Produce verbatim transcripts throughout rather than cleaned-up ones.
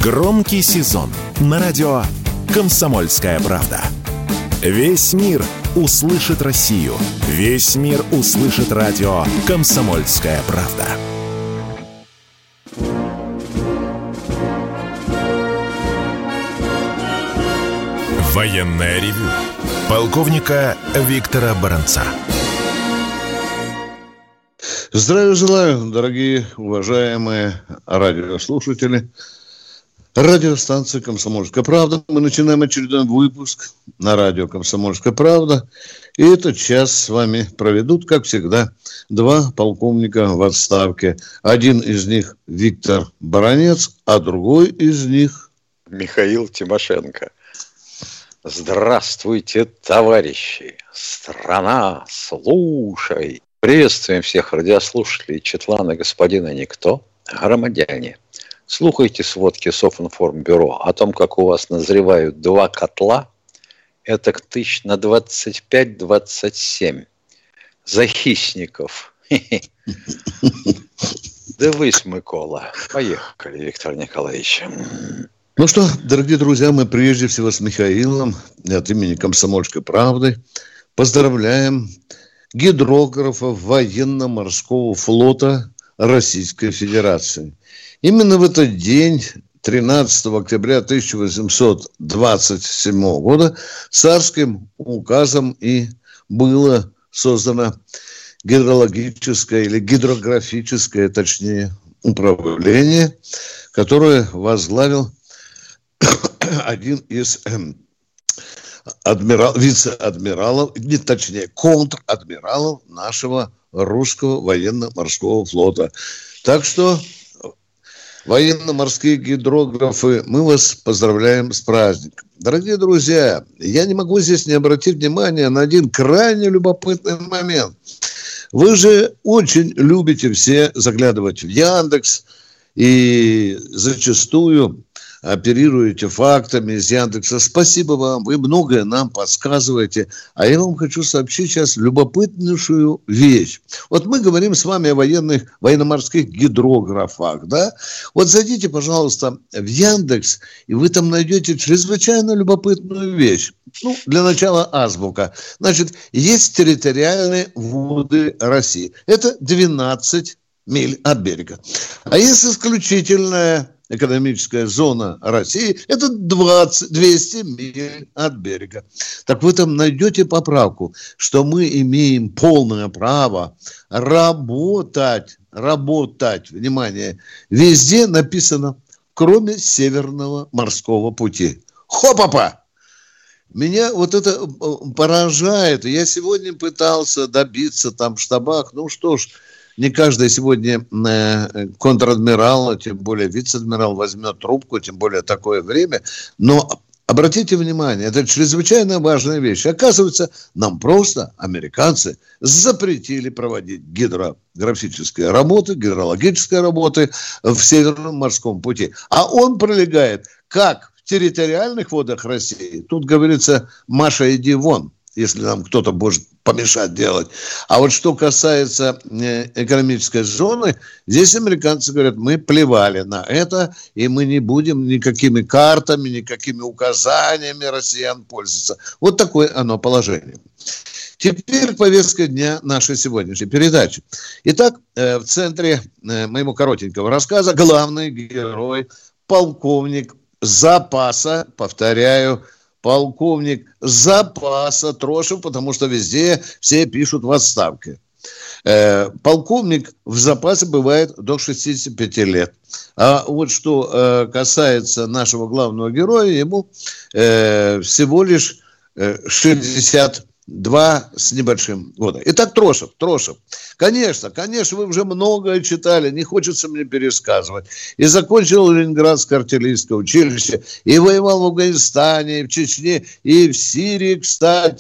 Громкий сезон на радио «Комсомольская правда». Весь мир услышит Россию. Весь мир услышит радио «Комсомольская правда». Военное ревю полковника Виктора Баранца. Здравия желаю, дорогие, уважаемые радиослушатели. Радиостанция «Комсомольская правда». Мы начинаем очередной выпуск на радио «Комсомольская правда». И этот час с вами проведут, как всегда, два полковника в отставке. Один из них Виктор Баранец, а другой из них Михаил Тимошенко. Здравствуйте, товарищи! Страна, слушай! Приветствуем всех радиослушателей Четлана господина Никто, громадяне. Слухайте сводки Софинформбюро о том, как у вас назревают два котла, это тысяч на двадцать пять - двадцать семь. Захисников. Дивись, Микола. Поехали, Виктор Николаевич. Ну что, дорогие друзья, мы прежде всего с Михаилом от имени «Комсомольской правды» поздравляем гидрографов военно-морского флота Российской Федерации. Именно в этот день, тринадцатого октября тысяча восемьсот двадцать седьмого года, царским указом и было создано гидрологическое или гидрографическое, точнее, управление, которое возглавил один из адмирал, вице-адмиралов, не точнее, контр-адмиралов нашего русского военно-морского флота. Так что, военно-морские гидрографы, мы вас поздравляем с праздником. Дорогие друзья, я не могу здесь не обратить внимания на один крайне любопытный момент. Вы же очень любите все заглядывать в Яндекс и зачастую оперируете фактами из Яндекса. Спасибо вам, вы многое нам подсказываете. А я вам хочу сообщить сейчас любопытнейшую вещь. Вот мы говорим с вами о военных, военно-морских гидрографах, да? Вот зайдите, пожалуйста, в Яндекс, и вы там найдете чрезвычайно любопытную вещь. Ну, для начала азбука. Значит, есть территориальные воды России. Это двенадцать миль от берега. А есть исключительная экономическая зона России, это двадцать, двести миль от берега. Так вы там найдете поправку, что мы имеем полное право работать, работать, внимание, везде написано, кроме Северного морского пути. Хопа-па! Меня вот это поражает. Я сегодня пытался добиться там в штабах, ну что ж, не каждый сегодня э, контр-адмирал, тем более вице-адмирал возьмет трубку, тем более такое время. Но обратите внимание, это чрезвычайно важная вещь. Оказывается, нам просто, американцы, запретили проводить гидрографические работы, гидрологические работы в Северном морском пути. А он пролегает как в территориальных водах России. Тут говорится, Маша, иди вон, если нам кто-то может помешать делать. А вот что касается экономической зоны, здесь американцы говорят, мы плевали на это, и мы не будем никакими картами, никакими указаниями россиян пользоваться. Вот такое оно положение. Теперь повестка дня нашей сегодняшней передачи. Итак, в центре моего коротенького рассказа главный герой, полковник запаса, повторяю, полковник запаса Трошев, потому что везде все пишут в отставке. Э, полковник в запасе бывает до шестидесяти пяти лет. А вот что э, касается нашего главного героя, ему э, всего лишь э, шестьдесят два с небольшим года. Итак, Трошев, Трошев. Конечно, конечно, вы уже многое читали, не хочется мне пересказывать. И закончил Ленинградское артиллерийское училище, и воевал в Афганистане, и в Чечне, и в Сирии, кстати,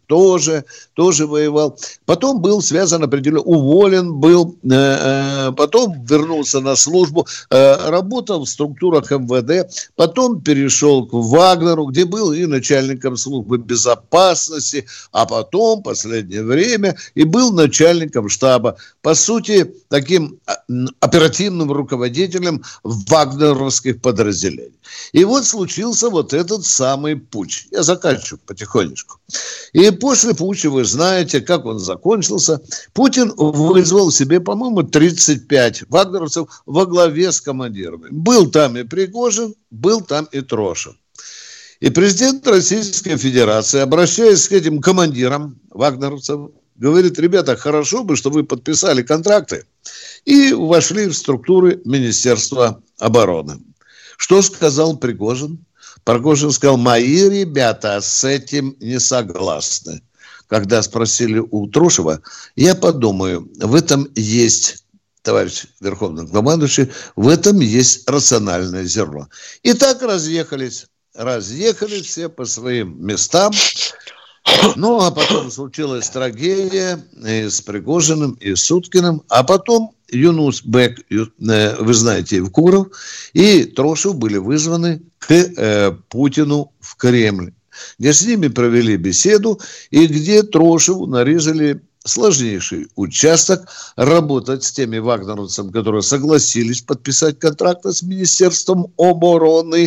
тоже, тоже воевал. Потом был связан определенно, уволен был, э, э, потом вернулся на службу, э, работал в структурах эм вэ дэ, потом перешел к Вагнеру, где был и начальником службы безопасности, а потом, в последнее время, и был начальником штаба. По сути, таким оперативным руководителем вагнеровских подразделений. И вот случился вот этот самый путч. Я заканчиваю потихонечку. И после путча, вы знаете, как он закончился. Путин вызвал себе, по-моему, тридцать пять вагнеровцев во главе с командирами. Был там и Пригожин, был там и Трошин. И президент Российской Федерации, обращаясь к этим командирам вагнеровцев, говорит: ребята, хорошо бы, что вы подписали контракты и вошли в структуры Министерства обороны. Что сказал Пригожин? Пригожин сказал: мои ребята с этим не согласны. Когда спросили у Трошева, я подумаю, в этом есть, товарищ верховный командующий, в этом есть рациональное зерно. И так разъехались. Разъехались все по своим местам. Ну, а потом случилась трагедия и с Пригожиным, и с Уткиным. А потом Юнус Бек, вы знаете, Евкуров и Трошев были вызваны к э, Путину в Кремль, где с ними провели беседу и где Трошеву нарезали сложнейший участок работать с теми вагнеровцами, которые согласились подписать контракты с Министерством обороны.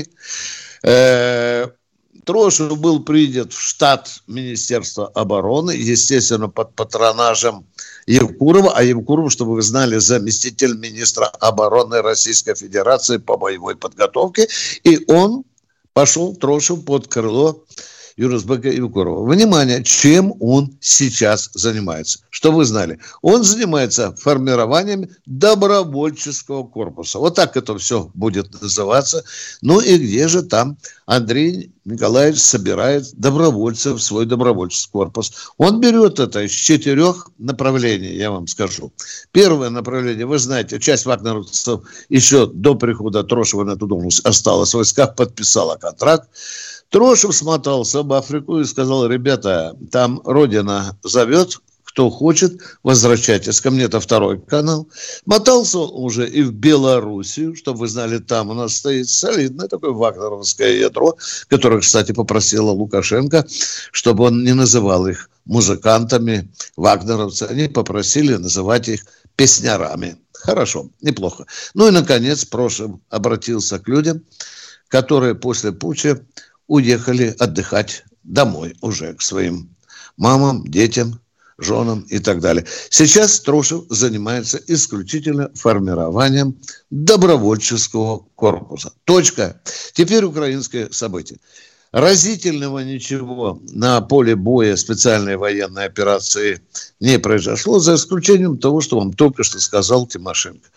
Э, Трошев был принят в штат Министерства обороны, естественно, под патронажем Евкурова, а Евкуров, чтобы вы знали, заместитель министра обороны Российской Федерации по боевой подготовке, и он пошел, Трошев, под крыло Юнусбека Евкурова. Внимание, чем он сейчас занимается? Что вы знали? Он занимается формированием добровольческого корпуса. Вот так это все будет называться. Ну и где же там Андрей Николаевич собирает добровольцев в свой добровольческий корпус? Он берет это из четырех направлений, я вам скажу. Первое направление, вы знаете, часть вагнеровцев еще до прихода Трошева на эту должность осталась в войсках, подписала контракт. Трошев смотался в Африку и сказал: ребята, там Родина зовет, кто хочет, возвращайтесь ко мне, это второй канал. Мотался уже и в Белоруссию, чтобы вы знали, там у нас стоит солидное такое вагнеровское ядро, которое, кстати, попросила Лукашенко, чтобы он не называл их музыкантами, вагнеровцы. Они попросили называть их песнярами. Хорошо, неплохо. Ну и, наконец, Трошев обратился к людям, которые после путча уехали отдыхать домой уже к своим мамам, детям, женам и так далее. Сейчас Трошев занимается исключительно формированием добровольческого корпуса. Точка. Теперь украинское событие. Разительного ничего на поле боя специальной военной операции не произошло, за исключением того, что вам только что сказал Тимошенко.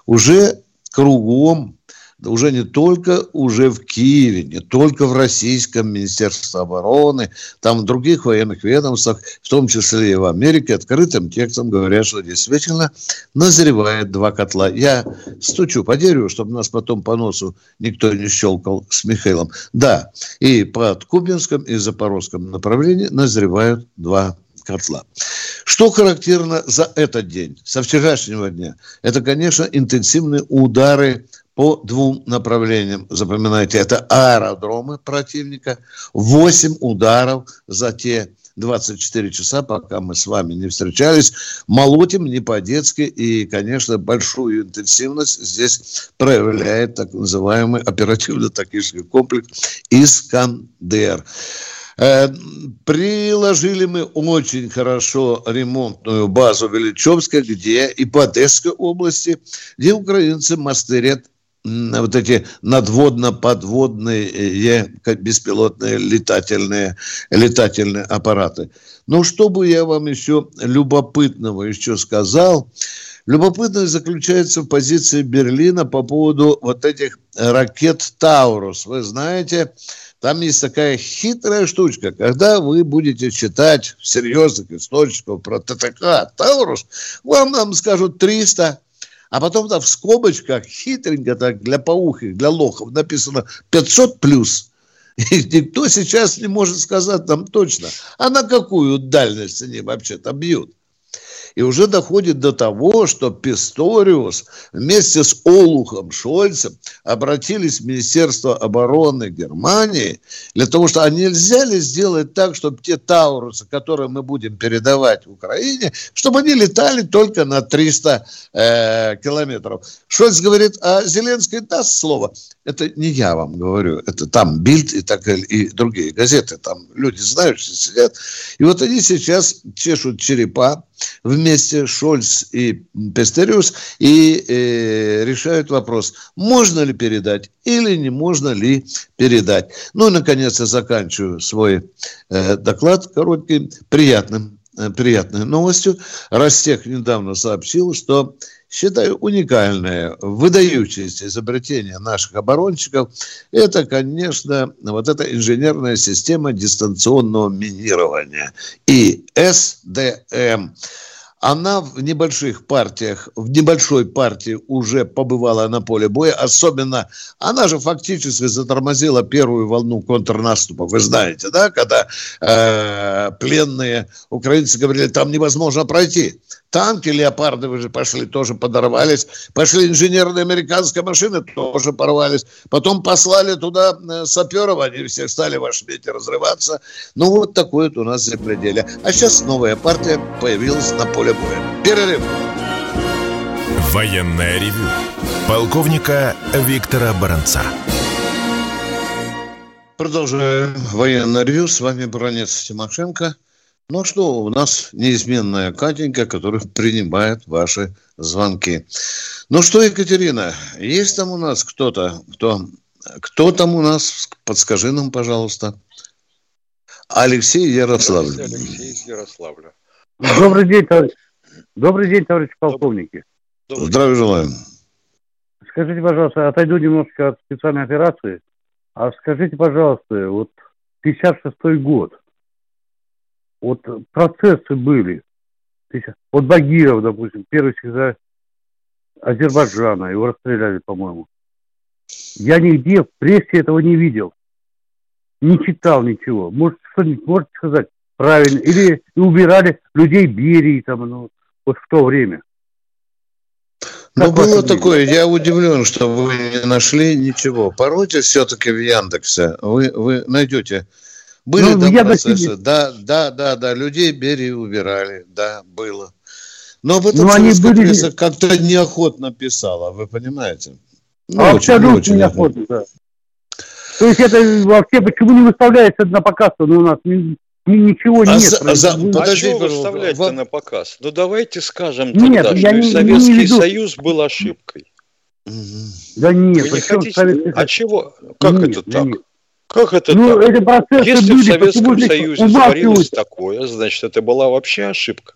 Уже кругом, уже не только уже в Киеве, не только в Российском Министерстве обороны, там в других военных ведомствах, в том числе и в Америке, открытым текстом говорят, что действительно назревает два котла. Я стучу по дереву, чтобы нас потом по носу никто не щелкал с Михаилом. Да, и под Купинском и Запорожском направлении назревают два котла. Что характерно за этот день, со вчерашнего дня? Это, конечно, интенсивные удары по двум направлениям. Запоминайте, это аэродромы противника. Восемь ударов за те двадцать четыре часа, пока мы с вами не встречались. Молотим не по-детски. И, конечно, большую интенсивность здесь проявляет так называемый оперативно-тактический комплекс «Искандер». Приложили мы очень хорошо ремонтную базу в Ильичевской, где и по Одесской области, где украинцы мастерят вот эти надводно-подводные беспилотные летательные, летательные аппараты. Но что бы я вам еще любопытного еще сказал? Любопытность заключается в позиции Берлина по поводу вот этих ракет «Таурус». Вы знаете, там есть такая хитрая штучка. Когда вы будете читать в серьезных источниках про ТТК «Таурус», вам нам скажут триста. А потом там в скобочках хитренько так для паухих, для лохов написано пятьсот плюс. И никто сейчас не может сказать нам точно, а на какую дальность они вообще-то бьют. И уже доходит до того, что Писториус вместе с Олухом Шольцем обратились в Министерство обороны Германии для того, что а нельзя ли сделать так, чтобы те Таурусы, которые мы будем передавать Украине, чтобы они летали только на триста э, километров. Шольц говорит, а Зеленский даст слово? Это не я вам говорю, это там Бильд и, так, и другие газеты, там люди знающие сидят. И вот они сейчас чешут черепа вместе Шольц и Писториус и э, решают вопрос, можно ли передать или не можно ли передать. Ну и, наконец, я заканчиваю свой э, доклад короткий, приятным, э, приятной новостью. Ростех недавно сообщил, что, считаю, уникальное, выдающееся изобретение наших оборонщиков, это, конечно, вот эта инженерная система дистанционного минирования, и эс дэ эм. Она в небольших партиях, в небольшой партии уже побывала на поле боя. Особенно, она же фактически затормозила первую волну контрнаступа. Вы знаете, да, когда э, пленные украинцы говорили, там невозможно пройти. Танки «Леопарды» уже пошли, тоже подорвались. Пошли инженерные американские машины, тоже порвались. Потом послали туда саперов, они все стали в Ашмете разрываться. Ну, вот такое вот у нас земледелие. А сейчас новая партия появилась на поле боя. Перерыв. Военное ревю полковника Виктора Баранца. Продолжаем военное ревю. С вами Бронец Тимошенко. Ну что, у нас неизменная Катенька, которая принимает ваши звонки. Ну что, Екатерина, есть там у нас кто-то? Кто, кто там у нас? Подскажи нам, пожалуйста. Алексей Ярославль. Алексей из Ярославля. Добрый день, товарищ. Добрый день, товарищ полковники. Добрый. Здравия желаем. Скажите, пожалуйста, отойду немножко от специальной операции. А скажите, пожалуйста, вот пятьдесят шестой год. Вот процессы были. Вот Багиров, допустим, первый секретарь Азербайджана, его расстреляли, по-моему. Я нигде в прессе этого не видел. Не читал ничего. Может, что-нибудь можете сказать правильно? Или убирали людей Берии там, ну, вот в то время. Ну, было такое, я удивлен, что вы не нашли ничего. Поройте все-таки в Яндексе, вы, вы найдете. Были ну, там процессы, да, да, да, да, людей Берии убирали, да, было. Но об этом советская были... пресса как-то неохотно писала, вы понимаете? Ну, а абсолютно очень, неохотно, да. То есть это вообще почему не выставляется на показ, но у нас ничего а нет. За, за, а что выставлять-то в... на показ? Ну давайте скажем тогда, нет, что и Советский не Союз был ошибкой. Да нет, вы не хотите... Советский... А чего? Как нет, это так? Нет. Как это ну, так? Это Если были, в Советском Союзе творилось такое, значит, это была вообще ошибка.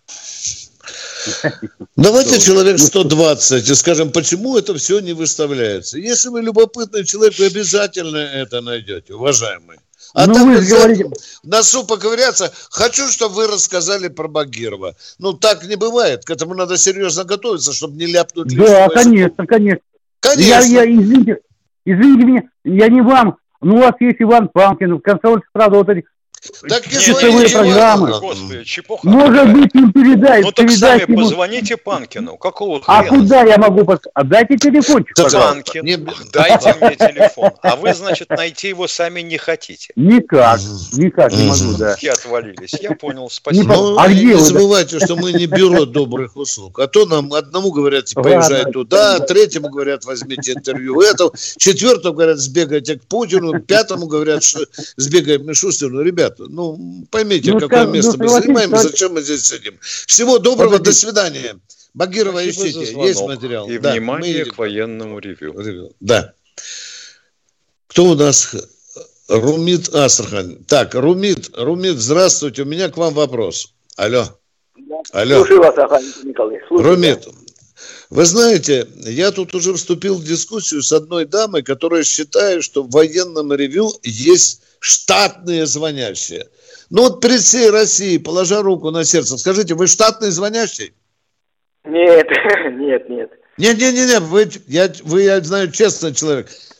Давайте человек сто двадцать и скажем, почему это все не выставляется. Если вы любопытный человек, вы обязательно это найдете, уважаемый. А ну, так вы говорите... в носу поковыряться. Хочу, чтобы вы рассказали про Багирова. Ну, так не бывает. К этому надо серьезно готовиться, чтобы не ляпнуть. Да, конечно, конечно. Конечно. Я, я, извините, извините меня, я не вам. Ну, у вас есть Иван Панкин, «Комсомольская правда», вот эти так часовые программы. Господи, чепуха. Может быть, им передать. Ну, так сами ему... позвоните Панкину. Какого хрена? А куда я могу позвонить? Отдайте телефончик, пожалуйста. Панкин, не... дайте мне телефон. А вы, значит, найти его сами не хотите. Никак, никак не могу, да. И отвалились. Я понял, спасибо. Ну, а не забывайте, что мы не бюро добрых услуг. А то нам одному говорят, поезжай туда, третьему говорят, возьмите интервью у этого, четвертому говорят, сбегайте к Путину, пятому говорят, сбегай к Мишустину. Ребята, ну, поймите, ну, какое скажем, место ну, мы занимаем и зачем мы здесь сидим. Всего доброго, Подожди. До свидания. Багирова ищите, есть материал. И да, внимание к военному ревью. Да. Кто у нас? Румит Астрахань. Так, Румит, Румит, здравствуйте, у меня к вам вопрос. Алло. Да. Алло. Слушаю вас, Архангел Николаевич. Румит, да. Вы знаете, я тут уже вступил в дискуссию с одной дамой, которая считает, что в военном ревью есть штатные звонящие. Ну вот перед всей Россией, положа руку на сердце, скажите, вы штатный звонящий? Нет, нет, нет. Нет, нет, нет, нет, вы, я, вы, я знаю, честный человек.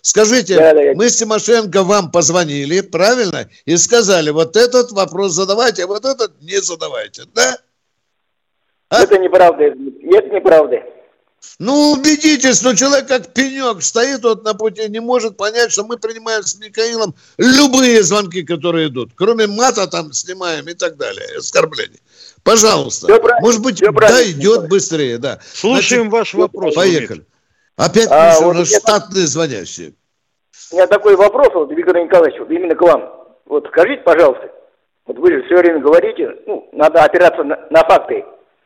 Скажите, да, да, я... мы с Тимошенко вам позвонили, правильно? И сказали, вот этот вопрос задавайте, а вот этот не задавайте, да? А? Это неправда, это неправда. Ну, убедитесь, но человек как пенек стоит вот на пути, не может понять, что мы принимаем с Михаилом любые звонки, которые идут. Кроме мата там снимаем и так далее, оскорблений. Пожалуйста. Может быть, да, идет быстрее, да. Слушаем Значит, ваш вопрос. Поехали. Умит. Опять а, вот у нас штатные звонящие. У меня такой вопрос, вот, Виктор Николаевич, вот именно к вам. Вот скажите, пожалуйста, вот вы же все время говорите, ну, надо опираться на, на факты.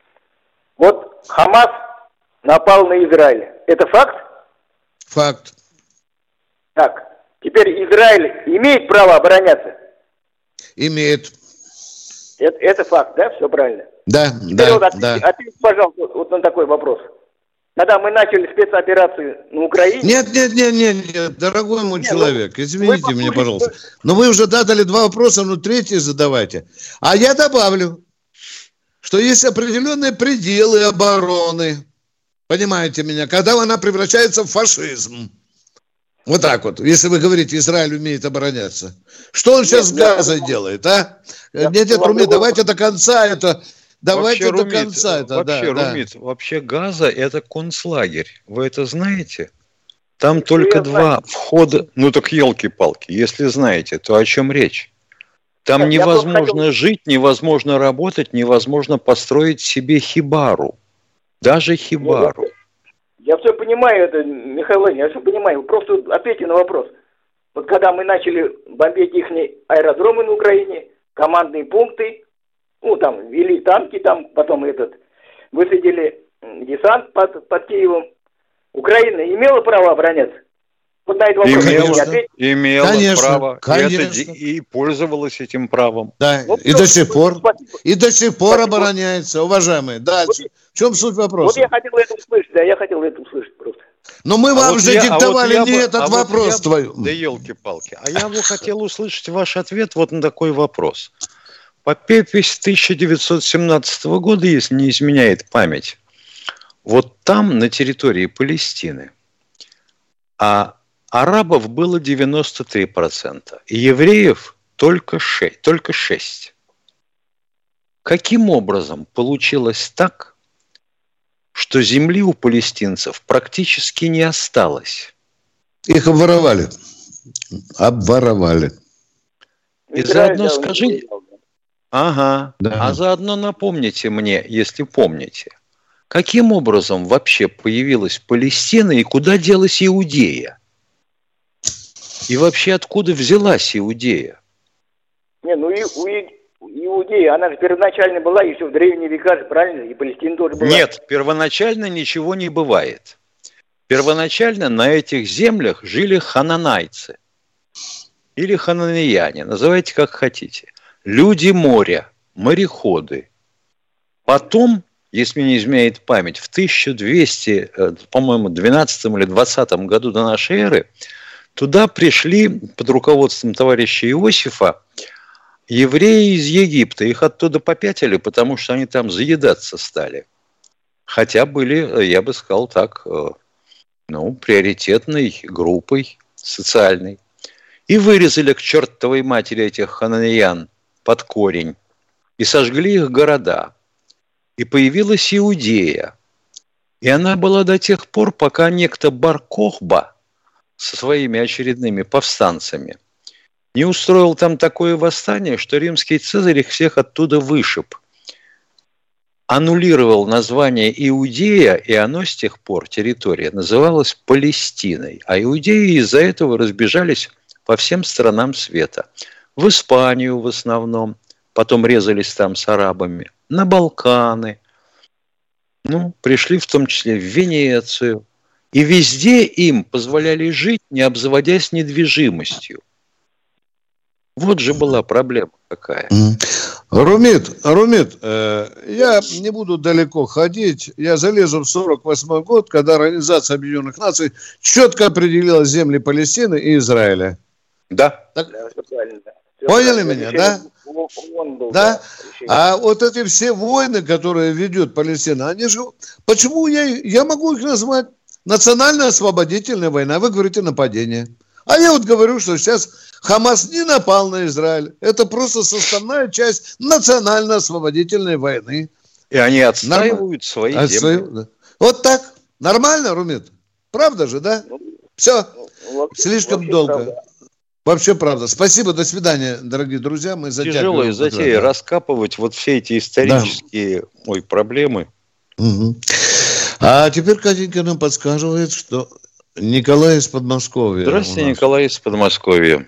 Вот Хамас напал на Израиль. Это факт? Факт. Так, теперь Израиль имеет право обороняться? Имеет. Это, это факт, да? Все правильно? Да, теперь да, вот ответьте, да. Ответьте, пожалуйста, вот на такой вопрос. Когда мы начали спецоперацию на Украине... Нет, нет, нет, нет, нет, дорогой мой нет, человек, ну, извините меня, пожалуйста. Но вы уже задали два вопроса, ну третий задавайте. А я добавлю, что есть определенные пределы обороны. Понимаете меня? Когда она превращается в фашизм. Вот так вот. Если вы говорите, Израиль умеет обороняться. Что он сейчас нет, с Газой делает, а? Нет, нет, нет Румит, давайте до конца это... Давайте вообще, до Румит, конца это. Вообще, да, Румит, да. вообще Газа – это концлагерь. Вы это знаете? Там это только два знаю. входа. Ну так елки-палки. Если знаете, то о чем речь? Там так, невозможно хотел... жить, невозможно работать, невозможно построить себе хибару. Даже хибару. Я, я все понимаю, это, Михаил Владимирович, я все понимаю. Просто ответьте на вопрос. Вот когда мы начали бомбить их аэродромы на Украине, командные пункты, ну, там, вели танки, там, потом этот, высадили десант под, под Киевом. Украина имела право обороняться? Вот на этот вопрос имела, имела конечно, право. Конечно. И, это, и пользовалась этим правом. Да, вот и, до сих пор, и до сих пор спасибо. обороняется, уважаемые. Дальше. Вот, в чем суть вопроса? Вот я хотел это услышать, да, я хотел это услышать просто. Но мы а вам вот же я, диктовали а вот не бы, этот а вопрос вот твой. Да елки-палки. А я бы хотел услышать ваш ответ вот на такой вопрос. По переписи тысяча девятьсот семнадцатого года, если не изменяет память, вот там, на территории Палестины, а арабов было девяносто три процента, и евреев только шесть, только шесть. Каким образом получилось так, что земли у палестинцев практически не осталось? Их обворовали. Обворовали. И заодно скажи... Ага. Да. А заодно напомните мне, если помните, каким образом вообще появилась Палестина и куда делась Иудея? И вообще откуда взялась Иудея? Не, ну и, у Иудея, она же первоначально была еще в древние века, правильно? И Палестина тоже была. Нет, первоначально ничего не бывает. Первоначально на этих землях жили хананайцы. Или хананеяне, называйте как хотите. Люди моря, мореходы. Потом, если мне не изменяет память, в тысяча двести, по-моему, двенадцатом или двадцатом году до нашей эры туда пришли под руководством товарища Иосифа евреи из Египта. Их оттуда попятили, потому что они там заедаться стали. Хотя были, я бы сказал так, ну, приоритетной группой социальной. И вырезали к чертовой матери этих хананеян под корень, и сожгли их города. И появилась Иудея. И она была до тех пор, пока некто Бар-Кохба со своими очередными повстанцами не устроил там такое восстание, что римский Цезарь их всех оттуда вышиб. Аннулировал название Иудея, и оно с тех пор, территория, называлась Палестиной. А иудеи из-за этого разбежались по всем странам света. В Испанию в основном, потом резались там с арабами, на Балканы, ну, пришли в том числе в Венецию. И везде им позволяли жить, не обзаводясь недвижимостью. Вот же была проблема какая. Румит, Румит, э, я не буду далеко ходить. Я залезу в сорок восьмой год, когда Организация Объединенных Наций четко определила земли Палестины и Израиля. Да. Так, да, все правильно, да. Все поняли правильно. меня, Решение да? был, да? да А вот эти все войны, которые ведет Палестина, они же... Почему я, я могу их назвать национально-освободительная война. Вы говорите нападение. А я вот говорю, что сейчас Хамас не напал на Израиль. Это просто составная часть национально-освободительной войны. И они отстаивают Норм... свои Отстаив... земли. Вот так. Нормально, Румит? Правда же, да? Все. Вообще, Слишком вообще долго. Правда. Вообще правда. Спасибо, до свидания, дорогие друзья. Мы Тяжелая затея да. раскапывать вот все эти исторические да. ой, проблемы. Угу. А теперь Катенька нам подсказывает, что Николай из Подмосковья. Здравствуйте, Николай из Подмосковья.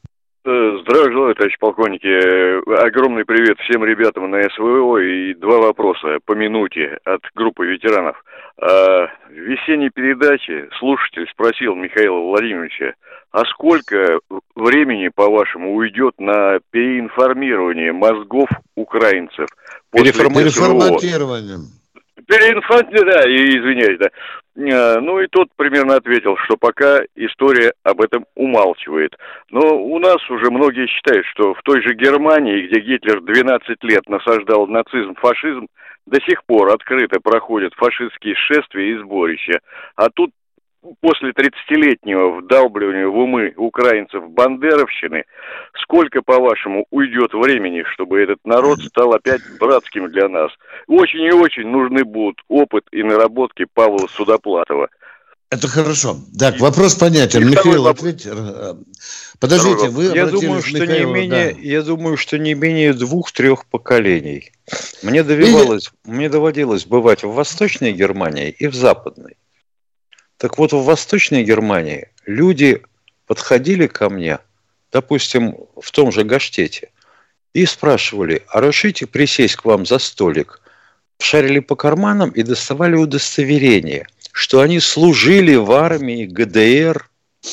Здравия желаю, товарищ полковники. Огромный привет всем ребятам на СВО и два вопроса по минуте от группы ветеранов. В весенней передаче слушатель спросил Михаила Владимировича, а сколько времени, по-вашему, уйдет на переинформирование мозгов украинцев после переформатирование? Переинформирование, да, извиняюсь, да. Ну и тот примерно ответил, что пока история об этом умалчивает. Но у нас уже многие считают, что в той же Германии, где Гитлер двенадцать лет насаждал нацизм, фашизм, до сих пор открыто проходят фашистские шествия и сборища. А тут после тридцатилетнего вдалбливания в умы украинцев бандеровщины, сколько, по-вашему, уйдет времени, чтобы этот народ стал опять братским для нас? Очень и очень нужны будут опыт и наработки Павла Судоплатова. Это хорошо. Так, вопрос понятен. И Михаил, ответьте. Подождите, вы я думаю, что Михаилу, не менее, да. я думаю, что не менее двух-трех поколений. Мне довелось, и... мне доводилось бывать в Восточной Германии и в Западной. Так вот, в Восточной Германии люди подходили ко мне, допустим, в том же Гаштете, и спрашивали, а разрешите присесть к вам за столик? Шарили по карманам и доставали удостоверение, что они служили в армии ГДР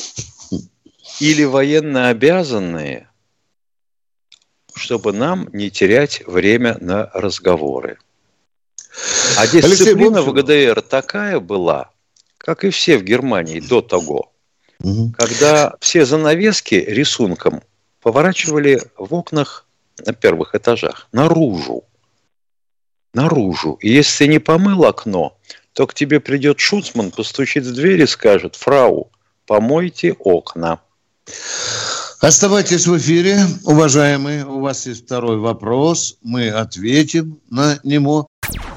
или военно обязанные, чтобы нам не терять время на разговоры. А дисциплина в ГДР такая была, как и все в Германии до того, угу. когда все занавески рисунком поворачивали в окнах на первых этажах наружу. Наружу. И если ты не помыл окно, то к тебе придет шуцман, постучит в дверь и скажет: фрау, помойте окна. Оставайтесь в эфире, уважаемые. У вас есть второй вопрос. Мы ответим на него.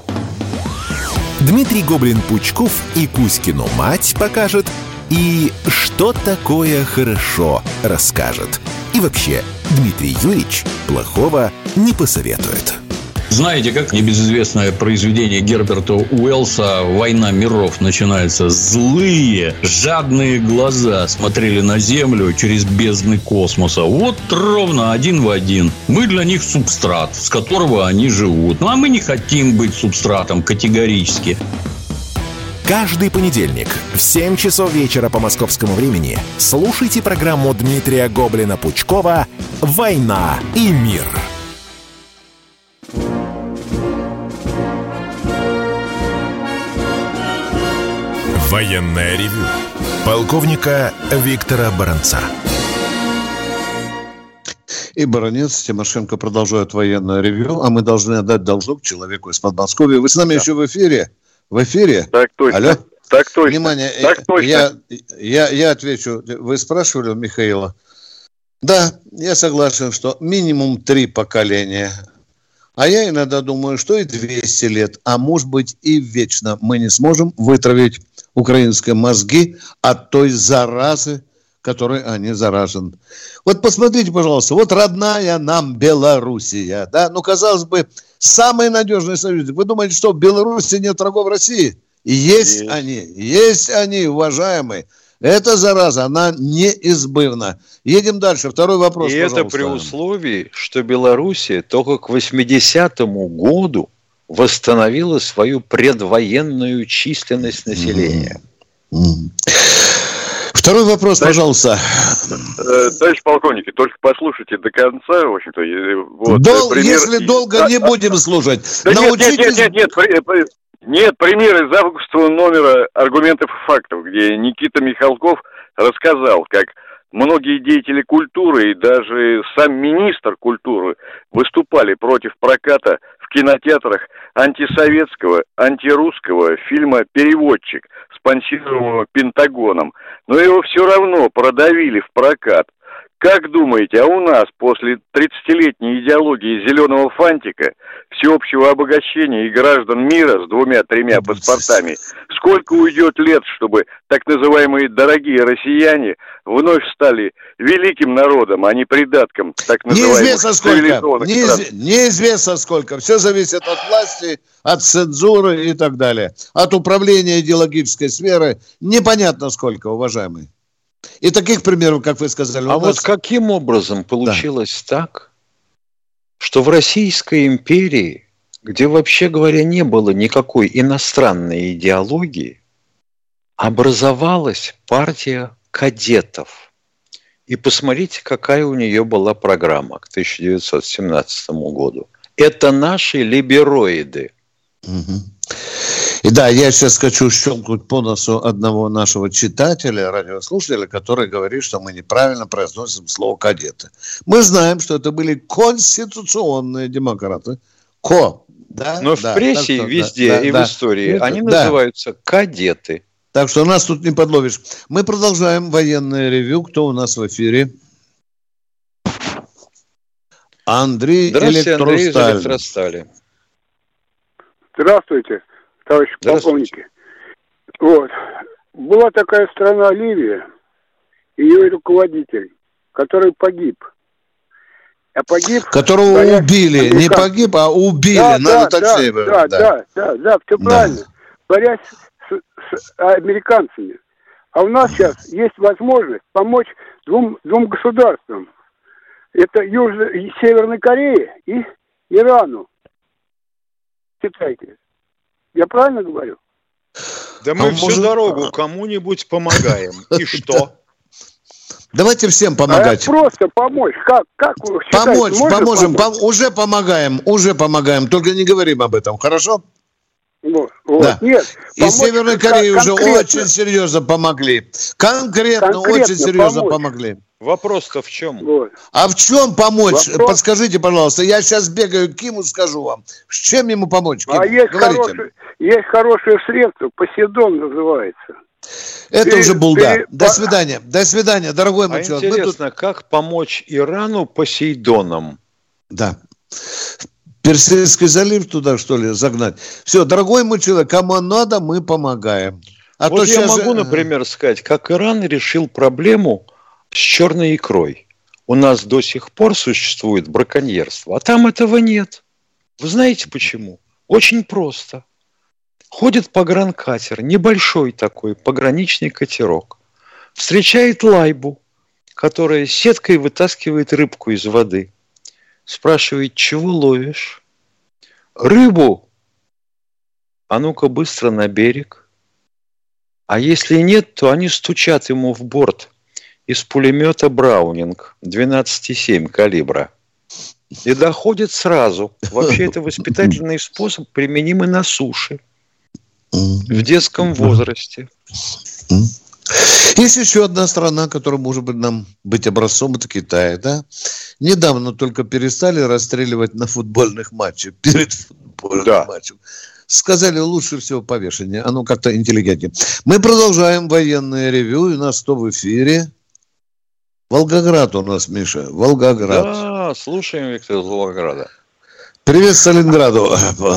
Дмитрий Гоблин-Пучков и Кузькину мать покажет, и что такое хорошо расскажет. И вообще, Дмитрий Юрьевич плохого не посоветует. Знаете, как небезызвестное произведение Герберта Уэллса «Война миров» начинается? Злые, жадные глаза смотрели на Землю через бездны космоса. Вот ровно один в один. Мы для них субстрат, с которого они живут. Ну, а мы не хотим быть субстратом категорически. Каждый понедельник в семь часов вечера по московскому времени слушайте программу Дмитрия Гоблина-Пучкова «Война и мир». Военное ревю полковника Виктора Баранца. И Баранец, Тимошенко продолжают военное ревю, а мы должны отдать должок человеку из Подмосковья. Вы с нами да. еще в эфире? В эфире? Так точно. Алло? Так точно. Внимание, так точно. Я, я, я отвечу. Вы спрашивали у Михаила? Да, я согласен, что минимум три поколения. А я иногда думаю, что и двести лет, а может быть и вечно мы не сможем вытравить украинские мозги от той заразы, которой они заражены. Вот посмотрите, пожалуйста, вот родная нам Белоруссия, да, ну, казалось бы, самый надежный союзник. Вы думаете, что в Беларуси нет врагов России? Есть, есть они, есть они, уважаемые. Эта зараза, она неизбывна. Едем дальше. Второй вопрос, и пожалуйста. Это при условии, что Белоруссия только к восьмидесятому году восстановила свою предвоенную численность населения. Mm-hmm. Второй вопрос, товарищ, пожалуйста. Товарищ полковник, только послушайте до конца, в общем-то. Вот, Дол, пример... Если долго не будем слушать. Да научитесь... Нет, нет, нет, нет, нет, нет, пример из августового номера «Аргументов и фактов», где Никита Михалков рассказал, как многие деятели культуры и даже сам министр культуры выступали против проката в кинотеатрах антисоветского, антирусского фильма «Переводчик» с спонсируемого Пентагоном, но его все равно продавили в прокат. Как думаете, а у нас после тридцатилетней идеологии зеленого фантика, всеобщего обогащения и граждан мира с двумя-тремя паспортами, сколько уйдет лет, чтобы так называемые дорогие россияне вновь стали великим народом, а не придатком так называемых неизвестно сколько, цивилизованных стран? неиз... неизвестно сколько. Все зависит от власти, от цензуры и так далее. От управления идеологической сферы непонятно сколько, уважаемые. И таких примеров, как вы сказали, у А нас... вот каким образом получилось да. так, что в Российской империи, где, вообще говоря, не было никакой иностранной идеологии, образовалась партия кадетов. И посмотрите, какая у нее была программа к тысяча девятьсот семнадцатому году. Это наши либероиды. Угу. И да, я сейчас хочу щелкнуть по носу одного нашего читателя, радиослушателя, который говорит, что мы неправильно произносим слово «кадеты». Мы знаем, что это были конституционные демократы. Ко. Да? Но да, в прессе что, везде да, и да, в истории да, они да. называются кадеты. Так что нас тут не подловишь. Мы продолжаем военное ревью. Кто у нас в эфире? Андрей Здравствуйте, Андрей из Электросталь. Электростали. Здравствуйте, товарищи полковники. Вот. Была такая страна Ливия, ее руководитель, который погиб. А погиб... Которого боясь... убили. Американ... Не погиб, а убили. Да, Надо да, точнее. Да, да, да, да, да, все да. правильно. Борясь с, с американцами. А у нас сейчас есть возможность помочь двум, двум государствам. Это Южной и Северной Корее и Ирану. Читайте. Я правильно говорю? Да мы а всю может... дорогу кому-нибудь помогаем. И что? Давайте всем помогать. А просто помочь. Как, как вы считаете, помочь, поможем. Помочь? Пом- уже помогаем, уже помогаем. Только не говорим об этом, хорошо? Вот, вот. Да. Нет, и Северной Корее уже очень серьезно помогли. Конкретно, Конкретно очень серьезно помочь. помогли. Вопрос-то в чем? Вот. А в чем помочь? Вопрос... Подскажите, пожалуйста. Я сейчас бегаю к Киму, скажу вам. С чем ему помочь, Ким? А есть, хороший, есть хорошее средство, Посейдон называется. Это пере, уже булда. Пере... До свидания. До свидания, дорогой мой а человек. Интересно, тут... как помочь Ирану Посейдоном? Да. Персидский залив туда, что ли, загнать? Все, дорогой мой человек, кому надо, мы помогаем. А вот то я сейчас... могу, например, сказать, как Иран решил проблему с черной икрой. У нас до сих пор существует браконьерство, а там этого нет. Вы знаете почему? Очень просто. Ходит погранкатер, небольшой такой пограничный катерок. Встречает лайбу, которая сеткой вытаскивает рыбку из воды. Спрашивает, чего ловишь? Рыбу. А ну-ка быстро на берег. А если нет, то они стучат ему в борт из пулемета Браунинг двенадцать семь калибра. И доходит сразу. Вообще это воспитательный способ, применимый на суше. В детском возрасте. Есть еще одна страна, которая может быть нам быть образцом, это Китай, да? Недавно только перестали расстреливать на футбольных матчах, перед футбольным да. матчем. Сказали, лучше всего повешение, оно как-то интеллигентнее. Мы продолжаем военное ревью, у нас что в эфире? Волгоград у нас, Миша, Волгоград. Да, слушаем, Виктор, из Волгограда. Привет, Сталинграду.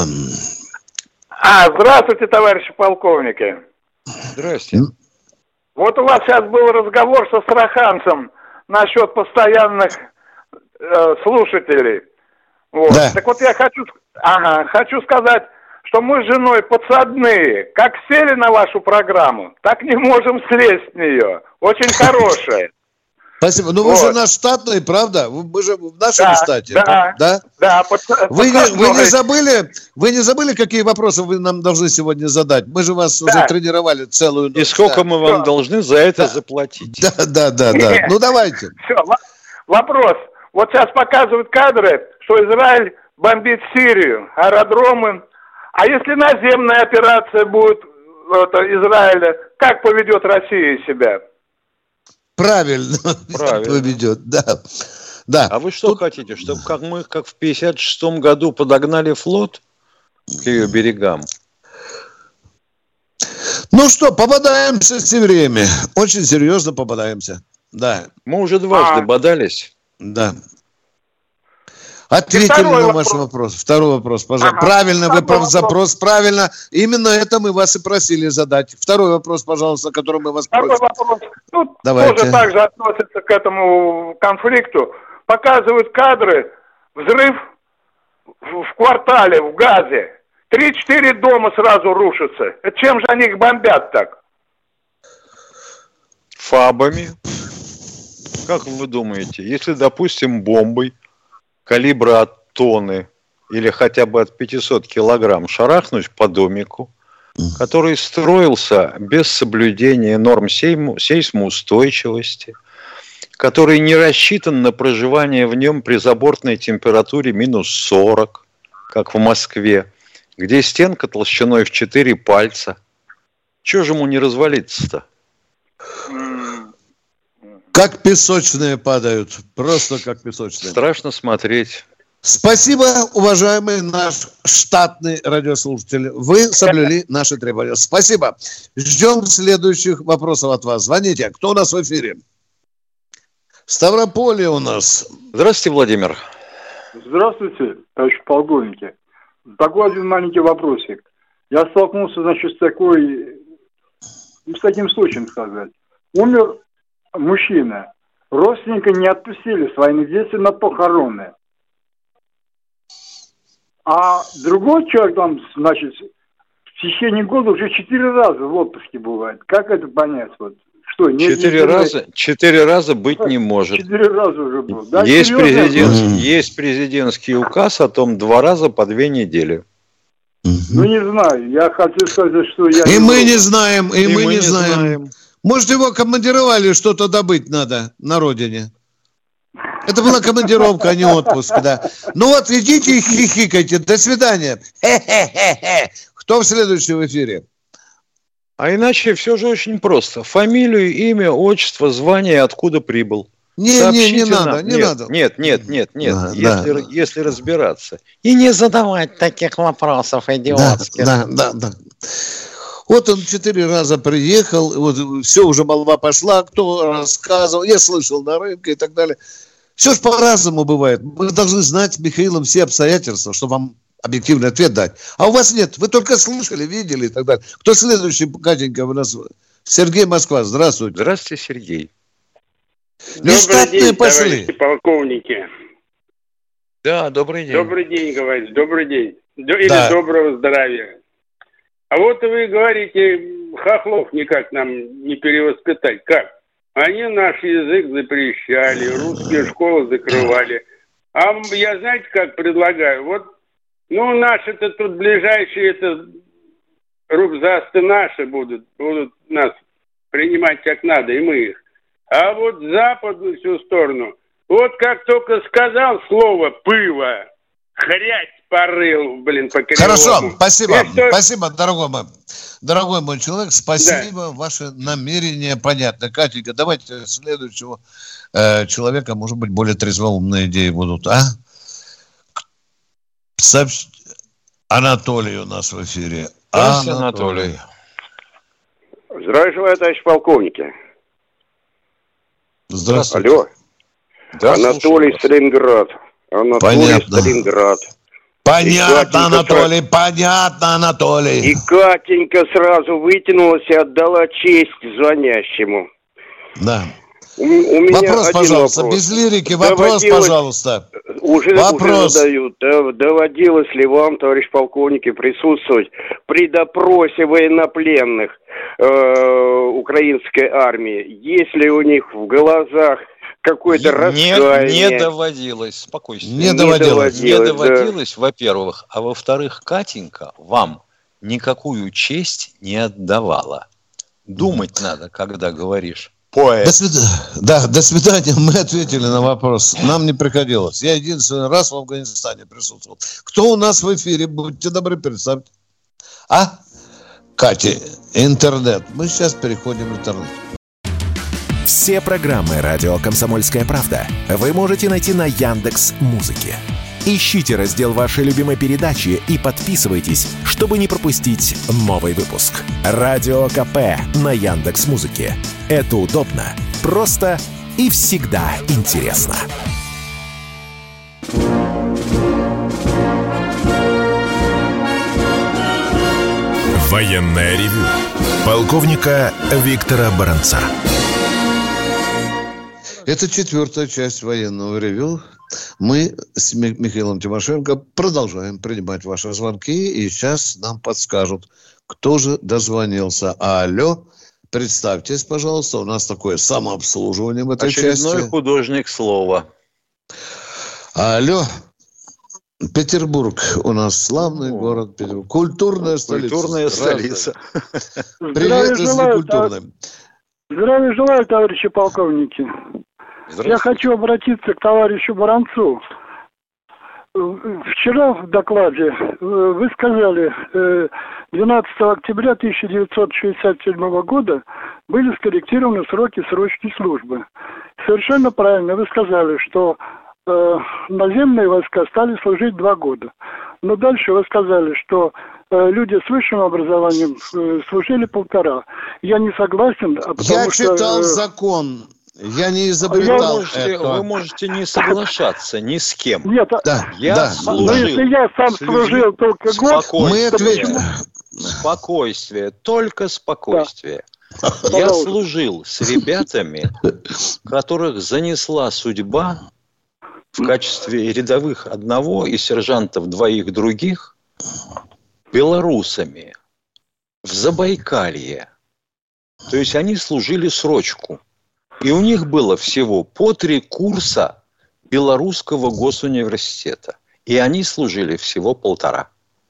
А, здравствуйте, товарищи полковники. Здрасте. Вот у вас сейчас был разговор со Астраханцем насчет постоянных э, слушателей. Вот. Да. Так вот я хочу, ага, хочу сказать, что мы с женой подсадные. Как сели на вашу программу, так не можем слезть с нее. Очень хорошая. Спасибо. Ну, вы вот. же наш штатный, правда? Вы же в нашем да, штате. Да, да. да под, вы, не, вы не забыли, вы не забыли, какие вопросы вы нам должны сегодня задать? Мы же вас да. уже тренировали целую ночь. И сколько да. мы вам Все. должны за это да. заплатить? Да, да, да, да. Ну, давайте. Все, вопрос. Вот сейчас показывают кадры, что Израиль бомбит Сирию, аэродромы. А если наземная операция будет это, Израиля, как поведет Россия себя? Правильно, Правильно. поведет, да. да. А вы что Тут... хотите, чтобы как мы, как в пятьдесят шестом году подогнали флот к ее берегам? Ну что, попадаемся все время. Очень серьезно попадаемся. Да. Мы уже дважды а... бодались. Да. Ответили на ваш вопрос. вопрос. Второй вопрос, пожалуйста. Ага. Правильно, вы про запрос, правильно. Именно это мы вас и просили задать. Второй вопрос, пожалуйста, который мы вас Второй просим. Вопрос. Ну, Давайте. Тоже так же относится к этому конфликту. Показывают кадры, взрыв в квартале, в Газе. Три-четыре дома сразу рушатся. Чем же они их бомбят так? Фабами. Как вы думаете, если, допустим, бомбой калибра от тонны или хотя бы от пятьсот килограмм шарахнуть по домику, который строился без соблюдения норм сейсмоустойчивости, который не рассчитан на проживание в нем при забортной температуре минус сорок, как в Москве, где стенка толщиной в четыре пальца. Чего же ему не развалиться-то? Как песочные падают. Просто как песочные. Страшно смотреть. Спасибо, уважаемый наш штатный радиослушатель. Вы соблюли наши требования. Спасибо. Ждем следующих вопросов от вас. Звоните. Кто у нас в эфире? Ставрополье у нас. Здравствуйте, Владимир. Здравствуйте, товарищ полковники. Такой один маленький вопросик. Я столкнулся, значит, с такой, с таким случаем, сказать. Умер мужчина. Родственника не отпустили с военных действий на похороны. А другой человек там, значит, в течение года уже четыре раза в отпуске бывает. Как это понять? Вот, что, не, четыре, не раза, четыре раза быть не может. Четыре раза уже был. Да, есть, президент, есть президентский указ о том, два раза по две недели. Ну, не знаю. Я хочу сказать, что я... И мы не знаем, и, и мы, мы не знаем. знаем. Может, его командировали, что-то добыть надо на родине. Это была командировка, а не отпуск, да. Ну вот, идите и хихикайте. До свидания. Хе-хе-хе-хе. Кто в следующем эфире? А иначе все же очень просто. Фамилию, имя, отчество, звание, откуда прибыл. Не, не, не нам. надо, не нет, надо. Нет, нет, нет, нет. Да, если, да. если разбираться. И не задавать таких вопросов идиотских. Да, да, да. да. Вот он четыре раза приехал, вот все, уже молва пошла, кто рассказывал, я слышал на рынке и так далее. Все же по-разному бывает. Мы должны знать, Михаилом, все обстоятельства, чтобы вам объективный ответ дать. А у вас нет, вы только слышали, видели и так далее. Кто следующий, Катенька, у нас? Сергей, Москва, здравствуйте. Здравствуйте, Сергей. Добрый день, пошли. Товарищи полковники. Да, добрый день. Добрый день, говорите, добрый день. Или да. Доброго здравия. А вот вы говорите, хохлов никак нам не перевоспитать. Как? Они наш язык запрещали, русские школы закрывали. А я, знаете, как предлагаю? Вот, ну, наши-то тут ближайшие, это рубзасты наши будут, будут нас принимать как надо, и мы их. А вот западную всю сторону, вот как только сказал слово «пыво», хрять порыл, блин, по кривому. Хорошо, спасибо, что... спасибо, дорогой мой, дорогой мой человек, спасибо, да. Ваши намерения понятны. Катенька, давайте следующего э, человека, может быть, более трезвоумные идеи будут, а? Сообщ... Анатолий у нас в эфире. Здравствуйте, Анатолий. Здравия желаю, товарищ полковники. Здравствуйте. Алло. Да, Анатолий Сталинград. Анатолий Понятно. Сталинград. Понятно, Анатолий, сразу... понятно, Анатолий. И Катенька сразу вытянулась и отдала честь звонящему. Да. У, у меня вопрос, один пожалуйста, вопрос. без лирики, вопрос, Доводилось... пожалуйста. Уже, вопрос. уже задают. Доводилось ли вам, товарищ полковник, присутствовать при допросе военнопленных э, украинской армии? Есть ли у них в глазах какое-то раскаяние? Не, не доводилось. Спокойствие. Не, не доводилось. Не доводилось, да. Во-первых. А во-вторых, Катенька вам никакую честь не отдавала. Думать mm. надо, когда говоришь. Поэт. До свидания. Да, до свидания. Мы ответили на вопрос. Нам не приходилось. Я единственный раз в Афганистане присутствовал. Кто у нас в эфире? Будьте добры, представьте. А? Катя, интернет. Мы сейчас переходим в интернет. Все программы «Радио Комсомольская правда» вы можете найти на Яндекс.Музыке. Ищите раздел вашей любимой передачи и подписывайтесь, чтобы не пропустить новый выпуск. Радио КП на Яндекс.Музыке. Это удобно, просто и всегда интересно. Военное ревю полковника Виктора Баранца. Это четвертая часть военного ревю. Мы с Михаилом Тимошенко продолжаем принимать ваши звонки. И сейчас нам подскажут, кто же дозвонился. Алло, представьтесь, пожалуйста. У нас такое самообслуживание в этой Очередной части. Очередной художник слова. Алло. Петербург. У нас славный О. город Петербург. Культурная столица. Культурная столица. Привет из некультурной. Здравия желаю, товарищи полковники. Я хочу обратиться к товарищу Баранцу. Вчера в докладе вы сказали, двенадцатого октября тысяча девятьсот шестьдесят седьмого года были скорректированы сроки срочной службы. Совершенно правильно вы сказали, что наземные войска стали служить два года. Но дальше вы сказали, что люди с высшим образованием служили полтора. Я не согласен. Я читал что, закон. Я не изобретал вы можете, это. Вы можете не соглашаться ни с кем. Нет, да, я да. служил. Но если я сам служил только год... Мы ответим. Спокойствие, только спокойствие. Да. Я Пожалуйста. служил с ребятами, которых занесла судьба в качестве рядовых одного и сержантов двоих других белорусами в Забайкалье. То есть они служили срочку. И у них было всего по три курса Белорусского госуниверситета. И они служили всего полтора.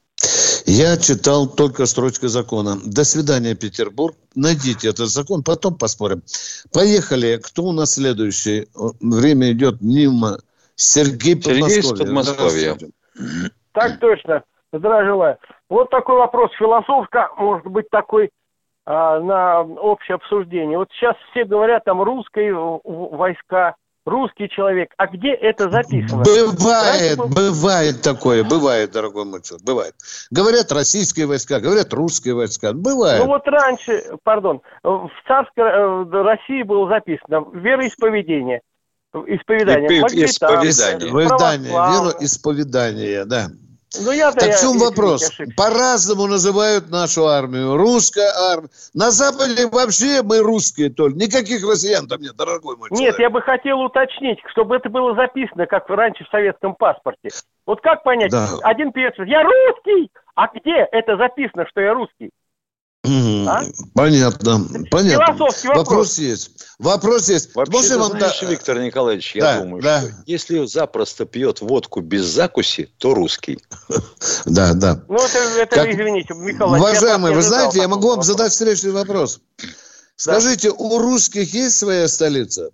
Я читал только строчку закона. До свидания, Петербург. Найдите этот закон, потом поспорим. Поехали. Кто у нас следующий? Время идет мимо. Сергей Подмосковье. Сергей из Подмосковья. Так точно. Здравия желаю. Вот такой вопрос философка, может быть, такой а, на общее обсуждение. Вот сейчас все говорят, там, русские войска, русский человек. А где это записано? Бывает, Раньше... бывает такое, бывает, дорогой мой человек, бывает. Говорят российские войска, говорят русские войска, бывает. Ну вот раньше, пардон, в царской России было записано вероисповедение. Исповедание. Исповедание. Вероисповедание, да. Ну, я-то так я, в чем вопрос? По-разному называют нашу армию. Русская армия. На Западе вообще мы русские только. Никаких россиян там нет, дорогой мой человек. Нет, я бы хотел уточнить, чтобы это было записано, как раньше в советском паспорте. Вот как понять? Да. Один певец, я русский! А где это записано, что я русский? А? Понятно, понятно. Философский вопрос. Вопрос есть. Вопрос есть. Вообще, ты вам знаешь, та... Виктор Николаевич, я да, думаю, да. что если запросто пьет водку без закуси, то русский. Да, да. Ну, это, это как... извините, Михаил. Уважаемый, вы знаете, я могу вам вопрос. задать встречный вопрос. Скажите, да. у русских есть своя столица?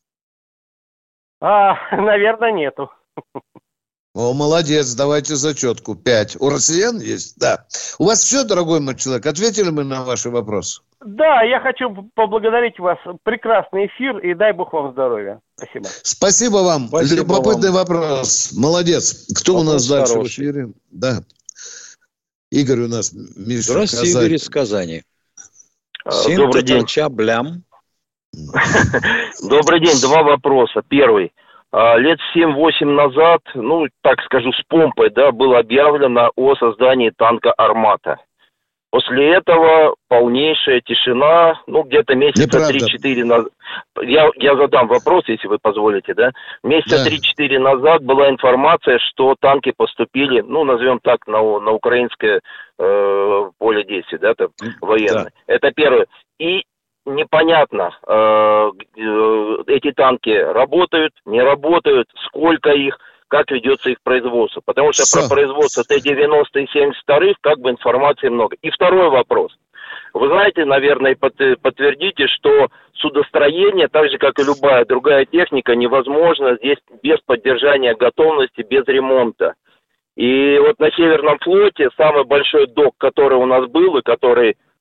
А, наверное, нету. О, молодец, давайте зачетку. Пять. У россиян есть? Да. У вас все, дорогой мой человек? Ответили мы на ваши вопросы? Да, я хочу поблагодарить вас. Прекрасный эфир, и дай бог вам здоровья. Спасибо. Спасибо вам. Спасибо Любопытный вам. вопрос. Молодец. Кто вопрос у нас дальше хороший. в эфире? Да. Игорь у нас. Миша Здравствуйте, Казань. Игорь из Казани. Добрый день. Блям. Добрый день. Два вопроса. Первый. Лет семь-восемь назад, ну, так скажу, с помпой, да, было объявлено о создании танка «Армата». После этого полнейшая тишина, ну, где-то месяца три-четыре назад. Я, я задам вопрос, если вы позволите, да? Месяца да. три-четыре назад была информация, что танки поступили, ну, назовем так, на, на украинское э, поле действия, да, там, военное. Да. Это первое. И непонятно, э, эти танки работают, не работают, сколько их, как ведется их производство. Потому что Все. про производство Т девяносто и семьдесят вторых как бы информации много. И второй вопрос. Вы знаете, наверное, подтвердите, что судостроение, так же, как и любая другая техника, невозможно здесь без поддержания готовности, без ремонта. И вот на Северном флоте самый большой док, который у нас был и который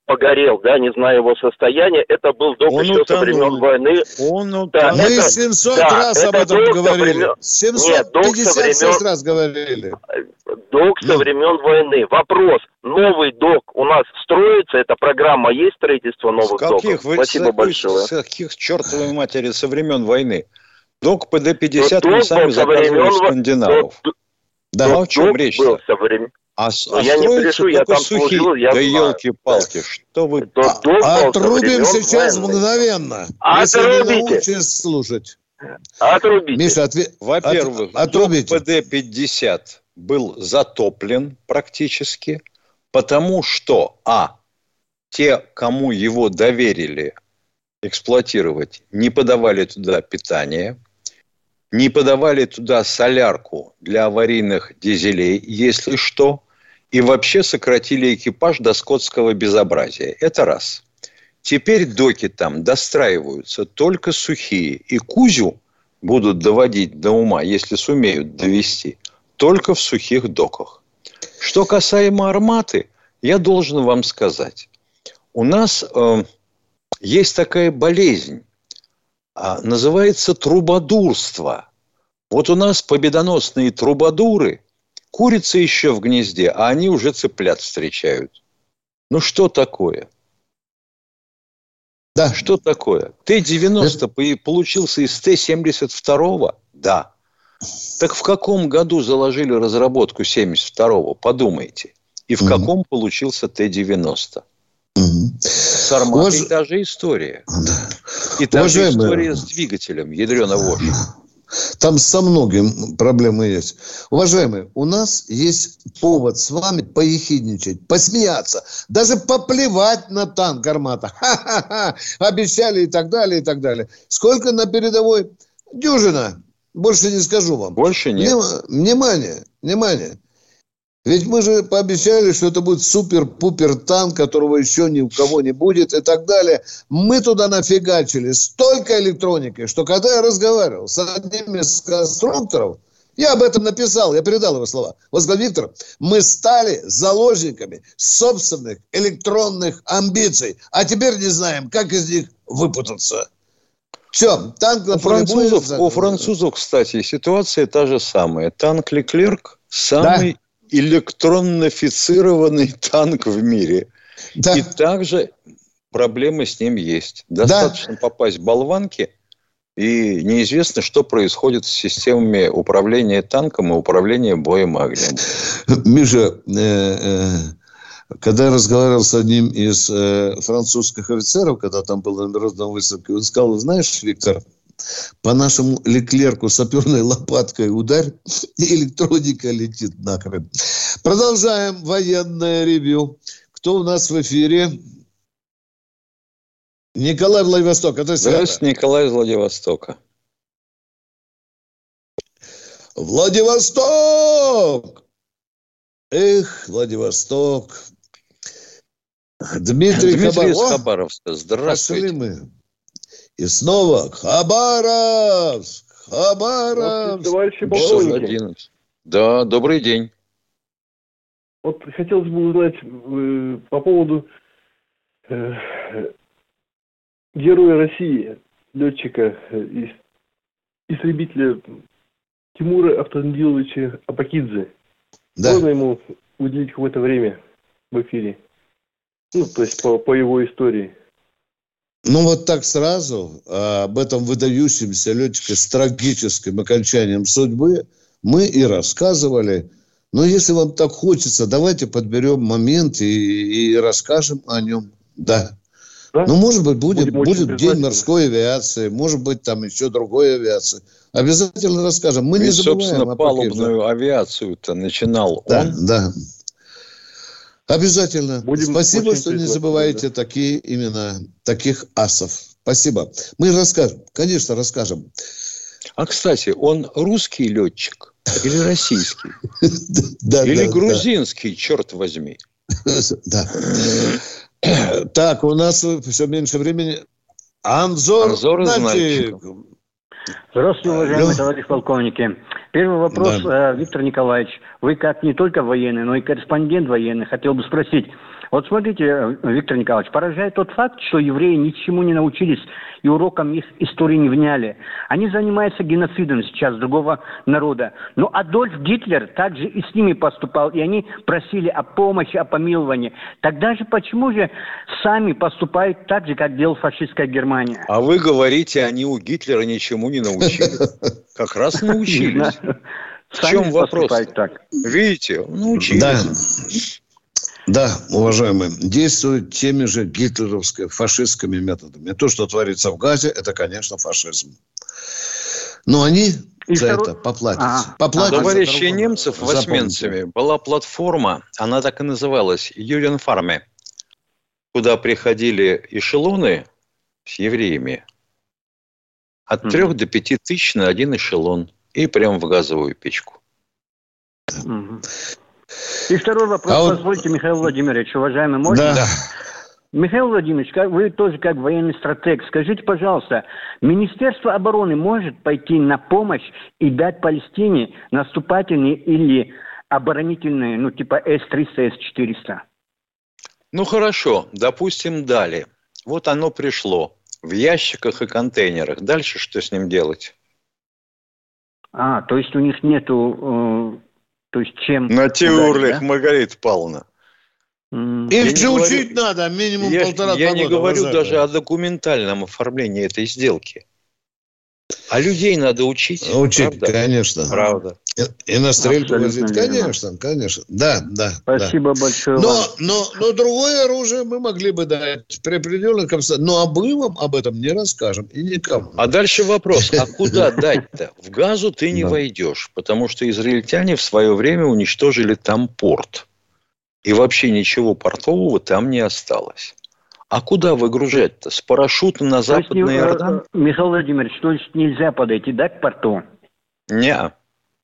погорел, да, не знаю его состояние. Это был док Он еще утонул. со времен войны. Он Да, Мы это- семьсот да, раз об это этом док со говорили. времен- Нет, семьсот док со пятьдесят шесть времен- раз говорили. Док со времен войны. Вопрос. Новый док у нас строится? Эта программа есть строительство С новых доков? каких, вы- Спасибо с какой- большое. с каких чертовой матери со времен войны? Док Пэ Дэ пятьдесят Ну, мы док сами был со заказывали времен у во- скандинавов. док- Да, ну, о чем док речь? был со времен... А, с- Ну, а я не строятся брешу, я только там сухие. служил, я Да знаю. елки-палки, что вы... Док был со Отрубим времен сейчас войны. мгновенно. Отрубите. Если не научишься слушать. Отрубите. Миша, отве- Во-первых, от- отрубите. Док Пэ Дэ пятьдесят был затоплен практически, потому что, а, те, кому его доверили эксплуатировать, не подавали туда питание, не подавали туда солярку для аварийных дизелей, если что, и вообще сократили экипаж до скотского безобразия. Это раз. Теперь доки там достраиваются только сухие, и Кузю будут доводить до ума, если сумеют довести, только в сухих доках. Что касаемо Арматы, я должен вам сказать, у нас э, есть такая болезнь, а, называется трубадурство. Вот у нас победоносные трубадуры, курица еще в гнезде, а они уже цыплят встречают. Ну что такое? Да. Что такое? Тэ девяносто получился из Тэ семьдесят два? Да. Так в каком году заложили разработку семьдесят второго? Подумайте. И в Мгм. каком получился Тэ девяносто? Мгм. С Арматой Уваж- та же история. И та же Уважаемые- история с двигателем. Ядрена вошь. Там со многим проблемы есть. Уважаемые, у нас есть повод с вами поехидничать, посмеяться, даже поплевать на танк «Армата». Ха-ха-ха, обещали и так далее, и так далее. Сколько на передовой? Дюжина. Больше не скажу вам. Больше нет. Вним- Внимание, внимание. Ведь мы же пообещали, что это будет супер-пупер танк, которого еще ни у кого не будет и так далее. Мы туда нафигачили столько электроники, что когда я разговаривал с одним из конструкторов, я об этом написал, я передал его слова. Вот сказал: Виктор, мы стали заложниками собственных электронных амбиций, а теперь не знаем, как из них выпутаться. Все, танк на У поле боя- французов, у французов, кстати, ситуация та же самая. Танк Леклерк самый электронифицированный танк в мире. Да. И также проблемы с ним есть. Достаточно попасть в болванки, и неизвестно, что происходит с системами управления танком и управления боем огнем. Миша, э, э, когда я разговаривал с одним из э, французских офицеров, когда там был на международной выставке, он сказал: знаешь, Виктор, по нашему Леклерку саперной лопаткой ударь, и электроника летит нахрен. Продолжаем военное ревью. Кто у нас в эфире? Николай, Владивосток. Это Света. Здравствуйте, Николай из Владивостока. Владивосток! Эх, Владивосток. Дмитрий, Дмитрий Хабар... из О, Хабаровска. Здравствуйте. пошли мы. И снова Хабаровск! Хабаровск! Товарищи шестьсот полковники, одиннадцать. Да, добрый день. вот хотелось бы узнать э, по поводу э, героя России, летчика, э, ис- истребителя Тимура Автандиловича Апакидзе. Да. Можно ему уделить какое-то время в эфире? Ну, то есть по, по его истории. Ну, вот так сразу а, об этом выдающемся летчике с трагическим окончанием судьбы мы и рассказывали. Но если вам так хочется, давайте подберем момент и, и расскажем о нем. Да. Да? Ну, может быть, будет, Будем очень будет День признательны. морской авиации, может быть, там еще другой авиации. Обязательно расскажем. Мы не Ведь, забываем собственно, о Апакидзе. палубную авиацию-то начинал Да, он. да. Обязательно. Будем Спасибо, очень что не признательны, забываете такие имена, таких асов. Спасибо. Мы расскажем. Конечно, расскажем. А, кстати, он русский летчик или российский? Да, Или да, грузинский, черт возьми. Да. Так, у нас все меньше времени. Анзор, Анзор из Нальчик. Нальчика. Здравствуйте, уважаемые Алло. товарищи полковники. Первый вопрос, Да. э, Виктор Николаевич. Вы как не только военный, но и корреспондент военный. Хотел бы спросить. Вот смотрите, Виктор Николаевич, поражает тот факт, что евреи ничему не научились и урокам их истории не вняли. Они занимаются геноцидом сейчас другого народа. Но Адольф Гитлер также и с ними поступал, и они просили о помощи, о помиловании. Тогда же почему же сами поступают так же, как делала фашистская Германия? А вы говорите, они у Гитлера ничему не научились. Как раз научились. В чем вопрос? Видите, научились. Да, уважаемые, действуют теми же гитлеровско-фашистскими методами. То, что творится в Газе, это, конечно, фашизм. Но они и за второй... это поплатятся. А, поплатятся. Товарищи немцев в Освенциме была платформа, она так и называлась, Юденфарме, куда приходили эшелоны с евреями от трех mm-hmm. до пяти тысяч на один эшелон и прямо в газовую печку. Mm-hmm. И второй вопрос, а позвольте, вот... Михаил Владимирович, уважаемый, можно? Да. Михаил Владимирович, как, вы тоже как военный стратег, скажите, пожалуйста, Министерство обороны может пойти на помощь и дать Палестине наступательные или оборонительные, ну, типа эс триста, эс четыреста? Ну, хорошо, допустим, дали. Вот оно пришло в ящиках и контейнерах. Дальше что с ним делать? А, то есть у них нету... Э... То есть чем... На теурлях, да? Маргарита Павловна. Mm. Их же учить говорю, надо, минимум я, полтора Я года, не говорю уважаемые. даже о документальном оформлении этой сделки. А людей надо учить. Учить, правда? Конечно. Правда. И, и на стрельбу возить. Конечно, конечно. Да, да. Спасибо да. большое но, вам. Но, но другое оружие мы могли бы дать при определенных обстоятельствах. Но об вам об этом не расскажем и никому. А дальше вопрос. А куда дать-то? В Газу ты не войдешь, потому что израильтяне в свое время уничтожили там порт. И вообще ничего портового там не осталось. А куда выгружать-то? С парашюта на Западный Иордан? Михаил Владимирович, то есть нельзя подойти, да, к порту? Не.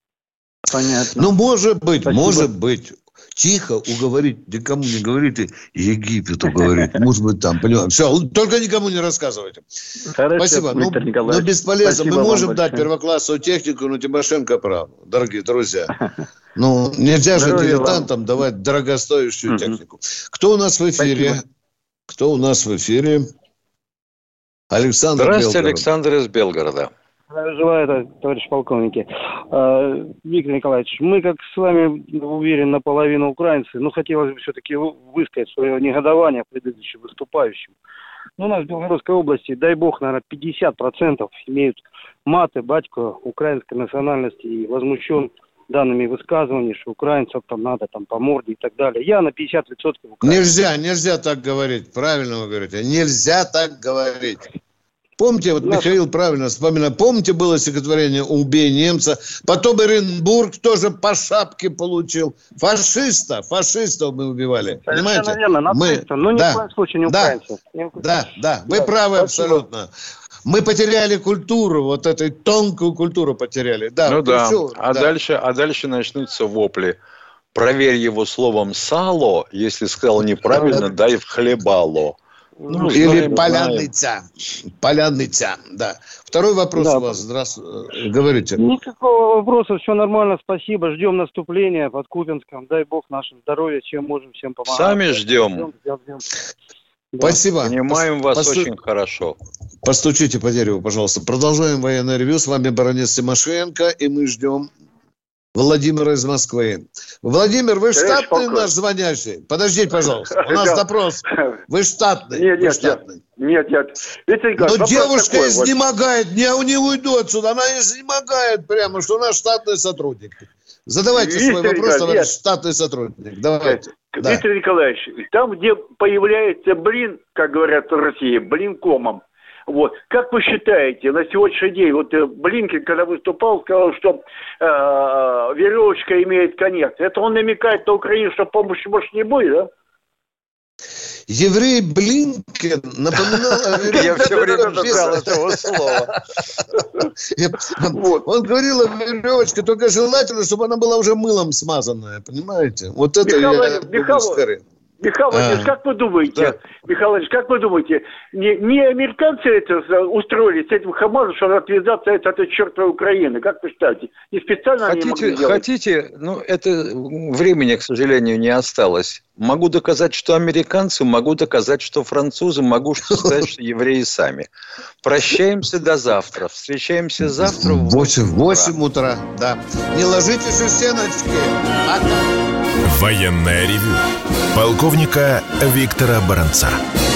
Понятно. Ну, может быть, Спасибо. может быть. Тихо уговорить, никому не говорите, Египету говорить. Может быть, там, понимаете. Все, только никому не рассказывайте. Хорошо, спасибо. Ну, ну, бесполезно. Спасибо. Мы можем дать первоклассовую технику, но Тимошенко прав, дорогие друзья. Ну, нельзя же дилетантам давать дорогостоящую технику. Кто у нас в эфире? Кто у нас в эфире? Александр Здравствуйте, Белгород. Александр из Белгорода. Желаю, товарищ полковники. Виктор Николаевич, мы, как с вами, уверен, наполовину украинцы, но хотелось бы все-таки высказать свое негодование предыдущим выступающим. Ну, у нас в Белгородской области, дай бог, наверное, пятьдесят процентов имеют маты, батько украинской национальности и возмущен данными высказываниями, что украинцев там надо там по морде и так далее. Я на пятьдесят процентов украинцев. Нельзя, нельзя так говорить. Правильно вы говорите. Нельзя так говорить. Помните, вот Нас... Михаил правильно вспоминал, помните, было стихотворение «Убей немца», потом Оренбург тоже по шапке получил. Фашиста, фашистов мы убивали, совершенно понимаете? Верно, нацистов, но ни да, в коем случае не да, украинцев. Да, да, вы да, правы спасибо. Абсолютно. Мы потеряли культуру, вот эту тонкую культуру потеряли. Да, ну да, все, а, да. Дальше, а дальше начнутся вопли. Проверь его словом «сало», если сказал неправильно, дай в хлебало. Ну, или знаем, поляныця. Знаем. Поляныця, да. Второй вопрос да. у вас. Здравствуйте. Говорите. Никакого вопроса. Все нормально. Спасибо. Ждем наступления под Купинском. Дай бог наше здоровье. Чем можем, всем помогаем. Сами ждем. ждем, ждем, ждем. Да. Спасибо. Понимаем вас Посту... очень хорошо. Постучите по дереву, пожалуйста. Продолжаем военное ревью. С вами баронец Тимошенко. И мы ждем Владимира из Москвы. Владимир, вы штатный полковник. Наш звонящий? Подождите, пожалуйста. У нас допрос. Вы штатный? Нет, нет, штатный. нет, нет. Но девушка такой, изнемогает. Вот. Не, не уйду отсюда. Она изнемогает прямо, что у нас штатный сотрудник. Задавайте Виктор свой вопрос, товарищ штатный сотрудник. Давайте. Да. Виктор Николаевич, там, где появляется блин, как говорят в России, блин комом. Вот. Как вы считаете, на сегодняшний день, вот Блинкен, когда выступал, сказал, что э, веревочка имеет конец. Это он намекает на Украину, что помощи больше не будет, да? Еврей Блинкен напоминал о веревочке. Я все время ждал этого слова. Он говорил о веревочке, только желательно, чтобы она была уже мылом смазанная, понимаете? Вот это я скорее. Михаил Владимирович, А, как вы думаете, да. Михаил Владимирович, как вы думаете, не, не американцы это устроили с этим Хамасом, чтобы отвязаться от этой чертовой Украины? Как вы считаете? Не специально они могли Хотите, делать? хотите, ну, это времени, к сожалению, не осталось. Могу доказать, что американцы, могу доказать, что французы, могу сказать, что евреи сами. Прощаемся до завтра. Встречаемся завтра в восемь, восемь утра. Да. Не ложитесь у стеночки. Пока. Военное ревю полковника Виктора Баранца.